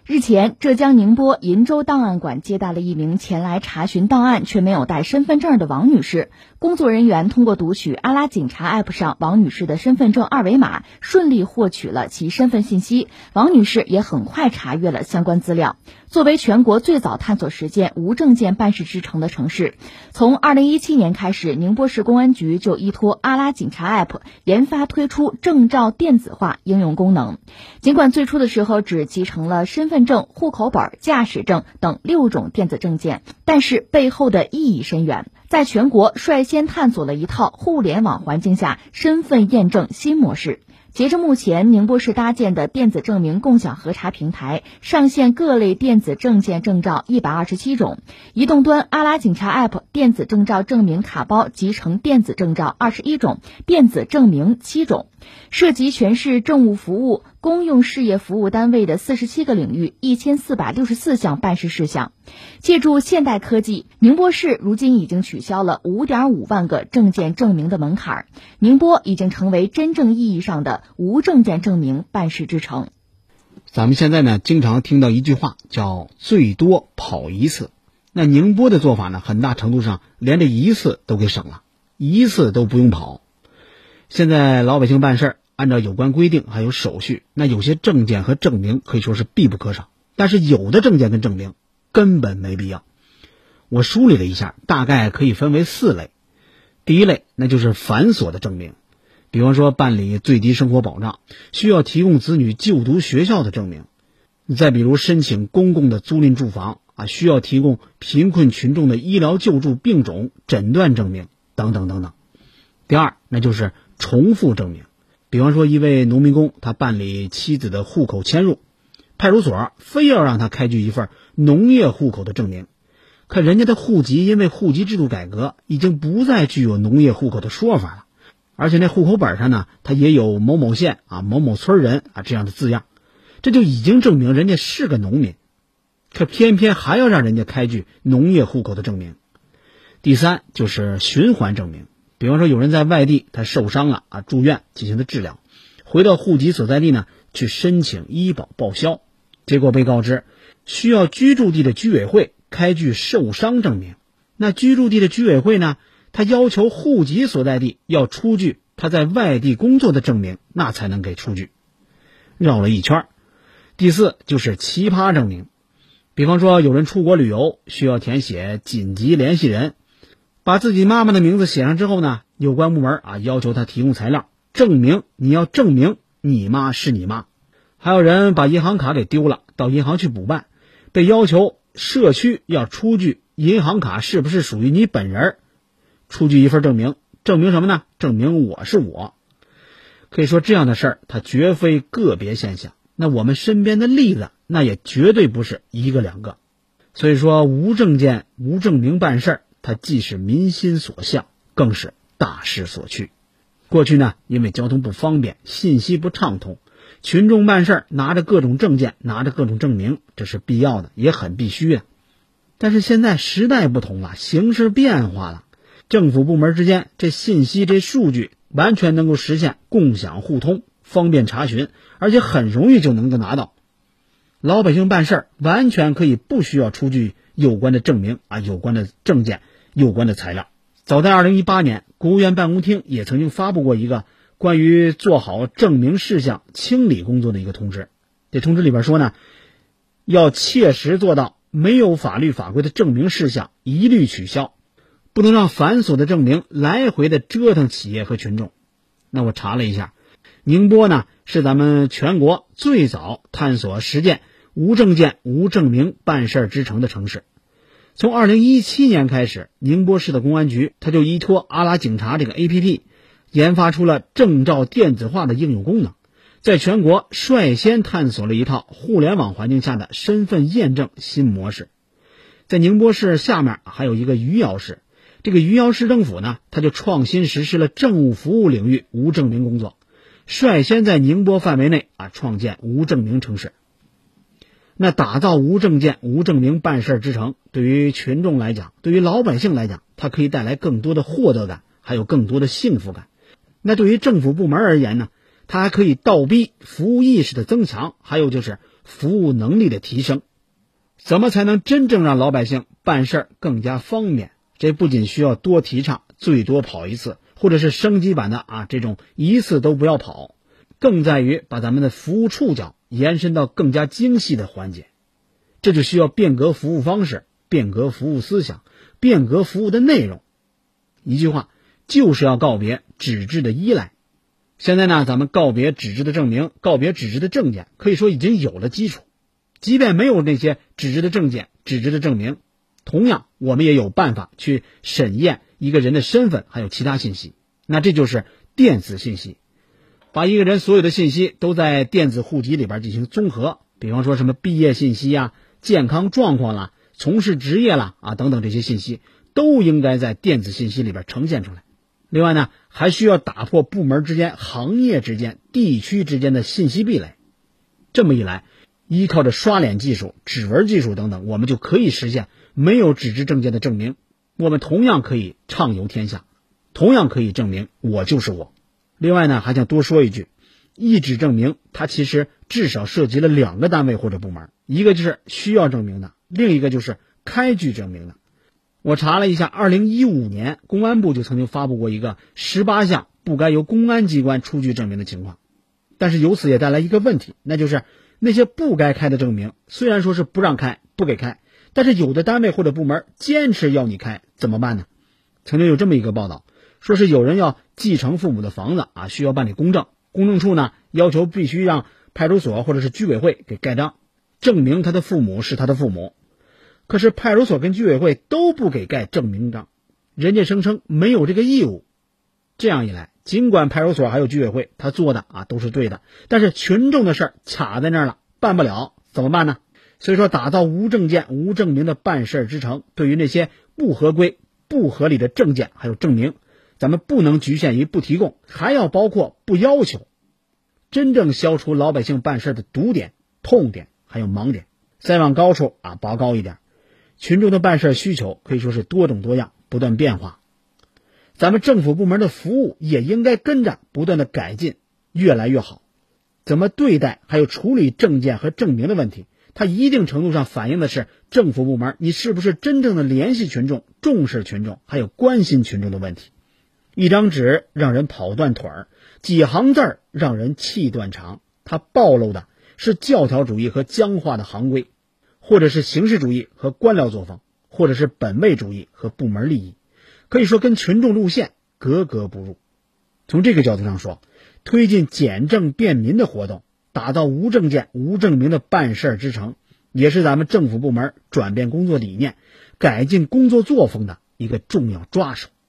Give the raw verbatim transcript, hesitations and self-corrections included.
日前，浙江宁波鄞州档案馆接待了一名前来查询档案却没有带身份证的王女士。工作人员通过读取阿拉警察 App 上王女士的身份证二维码，顺利获取了其身份信息。王女士也很快查阅了相关资料。作为全国最早探索实践无证件办事之城的城市，从二零一七年开始，宁波市公安局就依托阿拉警察 App 研发推出证照电子化应用功能。尽管最初的时候只集成了身份证、户口本、驾驶证等六种电子证件，但是背后的意义深远，在全国率先探索了一套互联网环境下身份验证新模式。截至目前，宁波市搭建的电子证明共享核查平台上线各类电子证件证照一百二十七种，移动端阿拉警察 App 电子证照证明卡包集成电子证照二十一种，电子证明七种，涉及全市政务服务、公用事业服务单位的四十七个领域一千四百六十四项办事事项。借助现代科技，宁波市如今已经取消了 五点五万个证件证明的门槛，宁波已经成为真正意义上的无证件证明办事之城。 咱们现在呢，经常听到一句话叫最多跑一次。那宁波的做法呢，很大程度上连这一次都给省了，一次都不用跑。现在老百姓办事按照有关规定还有手续，那有些证件和证明可以说是必不可少，但是有的证件跟证明根本没必要。我梳理了一下，大概可以分为四类。第一类，那就是繁琐的证明，比方说办理最低生活保障，需要提供子女就读学校的证明；再比如申请公共的租赁住房啊，需要提供贫困群众的医疗救助、病种诊断证明等等等等。第二，那就是重复证明，比方说一位农民工，他办理妻子的户口迁入，派出所非要让他开具一份农业户口的证明，可人家的户籍因为户籍制度改革，已经不再具有农业户口的说法了，而且那户口本上呢，它也有某某县啊、某某村人啊这样的字样，这就已经证明人家是个农民，可偏偏还要让人家开具农业户口的证明。第三，就是循环证明，比方说有人在外地他受伤了啊，住院进行的治疗，回到户籍所在地呢，去申请医保报销，结果被告知需要居住地的居委会开具受伤证明。那居住地的居委会呢，他要求户籍所在地要出具他在外地工作的证明，那才能给出具。绕了一圈。第四，就是奇葩证明，比方说有人出国旅游，需要填写紧急联系人，把自己妈妈的名字写上之后呢，有关部门啊要求他提供材料，证明你要证明你妈是你妈。还有人把银行卡给丢了，到银行去补办，被要求社区要出具银行卡是不是属于你本人，出具一份证明，证明什么呢？证明我是我。可以说这样的事儿，它绝非个别现象。那我们身边的例子，那也绝对不是一个两个。所以说，无证件、无证明办事儿，它既是民心所向，更是大势所趋。过去呢，因为交通不方便，信息不畅通，群众办事拿着各种证件，拿着各种证明，这是必要的，也很必须的。但是现在时代不同了，形势变化了，政府部门之间这信息这数据完全能够实现共享互通，方便查询，而且很容易就能够拿到。老百姓办事完全可以不需要出具有关的证明啊，有关的证件，有关的材料。早在二零一八年，国务院办公厅也曾经发布过一个关于做好证明事项清理工作的一个通知。这通知里边说呢，要切实做到没有法律法规的证明事项一律取消，不能让繁琐的证明来回的折腾企业和群众。那我查了一下，宁波呢是咱们全国最早探索实践无证件无证明办事之城的城市。从二零一七年开始，宁波市的公安局它就依托阿拉警察这个 A P P 研发出了证照电子化的应用功能，在全国率先探索了一套互联网环境下的身份验证新模式。在宁波市下面还有一个余姚市，这个余姚市政府呢，它就创新实施了政务服务领域无证明工作，率先在宁波范围内啊创建无证明城市。那打造无证件无证明办事之城，对于群众来讲，对于老百姓来讲，它可以带来更多的获得感，还有更多的幸福感。那对于政府部门而言呢，它还可以倒逼服务意识的增强，还有就是服务能力的提升。怎么才能真正让老百姓办事更加方便？这不仅需要多提倡最多跑一次，或者是升级版的啊这种一次都不要跑，更在于把咱们的服务触角延伸到更加精细的环节。这就需要变革服务方式，变革服务思想，变革服务的内容。一句话，就是要告别纸质的依赖。现在呢，咱们告别纸质的证明，告别纸质的证件，可以说已经有了基础。即便没有那些纸质的证件、纸质的证明，同样我们也有办法去审验一个人的身份还有其他信息。那这就是电子信息，把一个人所有的信息都在电子户籍里边进行综合，比方说什么毕业信息啊、健康状况啦、从事职业啦啊等等，这些信息都应该在电子信息里边呈现出来。另外呢，还需要打破部门之间、行业之间、地区之间的信息壁垒。这么一来，依靠着刷脸技术、指纹技术等等，我们就可以实现没有纸质证件的证明。我们同样可以畅游天下，同样可以证明我就是我。另外呢，还想多说一句，一纸证明它其实至少涉及了两个单位或者部门，一个就是需要证明的，另一个就是开具证明的。我查了一下，二零一五年公安部就曾经发布过一个十八项不该由公安机关出具证明的情况。但是由此也带来一个问题，那就是那些不该开的证明，虽然说是不让开、不给开，但是有的单位或者部门坚持要你开，怎么办呢？曾经有这么一个报道，说是有人要继承父母的房子啊，需要办理公证，公证处呢要求必须让派出所或者是居委会给盖章，证明他的父母是他的父母。可是派出所跟居委会都不给盖证明章，人家声称没有这个义务。这样一来，尽管派出所还有居委会他做的啊都是对的，但是群众的事儿卡在那儿了，办不了，怎么办呢？所以说，打造无证件无证明的办事之城，对于那些不合规不合理的证件还有证明，咱们不能局限于不提供，还要包括不要求，真正消除老百姓办事的堵点、痛点还有盲点，再往高处啊拔高一点。群众的办事需求可以说是多种多样，不断变化。咱们政府部门的服务也应该跟着不断的改进，越来越好。怎么对待还有处理证件和证明的问题，它一定程度上反映的是政府部门你是不是真正的联系群众、重视群众还有关心群众的问题。一张纸让人跑断腿儿，几行字儿让人气断肠，它暴露的是教条主义和僵化的行规，或者是形式主义和官僚作风，或者是本位主义和部门利益，可以说跟群众路线格格不入。从这个角度上说，推进简政便民的活动，打造无证件无证明的办事之城，也是咱们政府部门转变工作理念、改进工作作风的一个重要抓手。